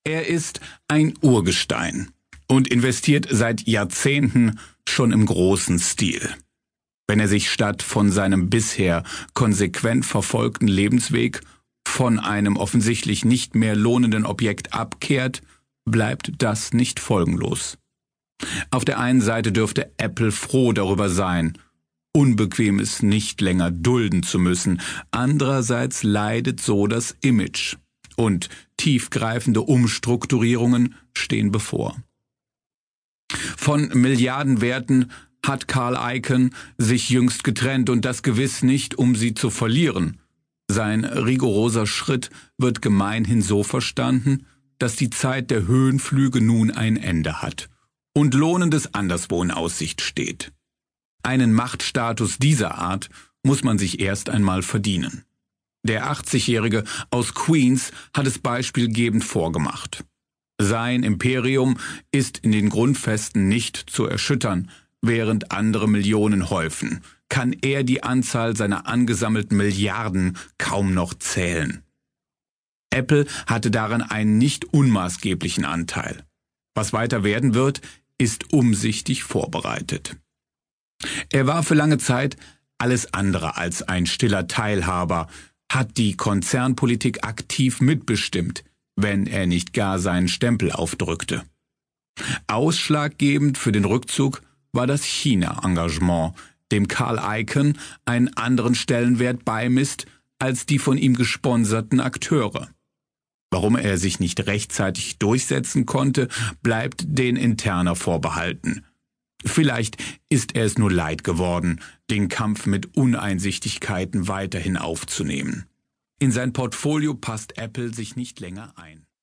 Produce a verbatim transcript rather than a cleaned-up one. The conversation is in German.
Er ist ein Urgestein und investiert seit Jahrzehnten schon im großen Stil. Wenn er sich statt von seinem bisher konsequent verfolgten Lebensweg von einem offensichtlich nicht mehr lohnenden Objekt abkehrt, bleibt das nicht folgenlos. Auf der einen Seite dürfte Apple froh darüber sein, Unbequemes nicht länger dulden zu müssen. Andererseits leidet so das Image und tiefgreifende Umstrukturierungen stehen bevor. Von Milliardenwerten hat Carl Icahn sich jüngst getrennt und das gewiss nicht, um sie zu verlieren. Sein rigoroser Schritt wird gemeinhin so verstanden, dass die Zeit der Höhenflüge nun ein Ende hat und Lohnendes anderswo in Aussicht steht. Einen Machtstatus dieser Art muss man sich erst einmal verdienen. Der achtzigjährige aus Queens hat es beispielgebend vorgemacht. Sein Imperium ist in den Grundfesten nicht zu erschüttern, während andere Millionen häufen, kann er die Anzahl seiner angesammelten Milliarden kaum noch zählen. Apple hatte daran einen nicht unmaßgeblichen Anteil. Was weiter werden wird, ist umsichtig vorbereitet. Er war für lange Zeit alles andere als ein stiller Teilhaber, hat die Konzernpolitik aktiv mitbestimmt, wenn er nicht gar seinen Stempel aufdrückte. Ausschlaggebend für den Rückzug war das China-Engagement, dem Carl Icahn einen anderen Stellenwert beimisst als die von ihm gesponserten Akteure. Warum er sich nicht rechtzeitig durchsetzen konnte, bleibt den Interner vorbehalten. Vielleicht ist er es nur leid geworden, den Kampf mit Uneinsichtigkeiten weiterhin aufzunehmen. In sein Portfolio passt Apple sich nicht länger ein.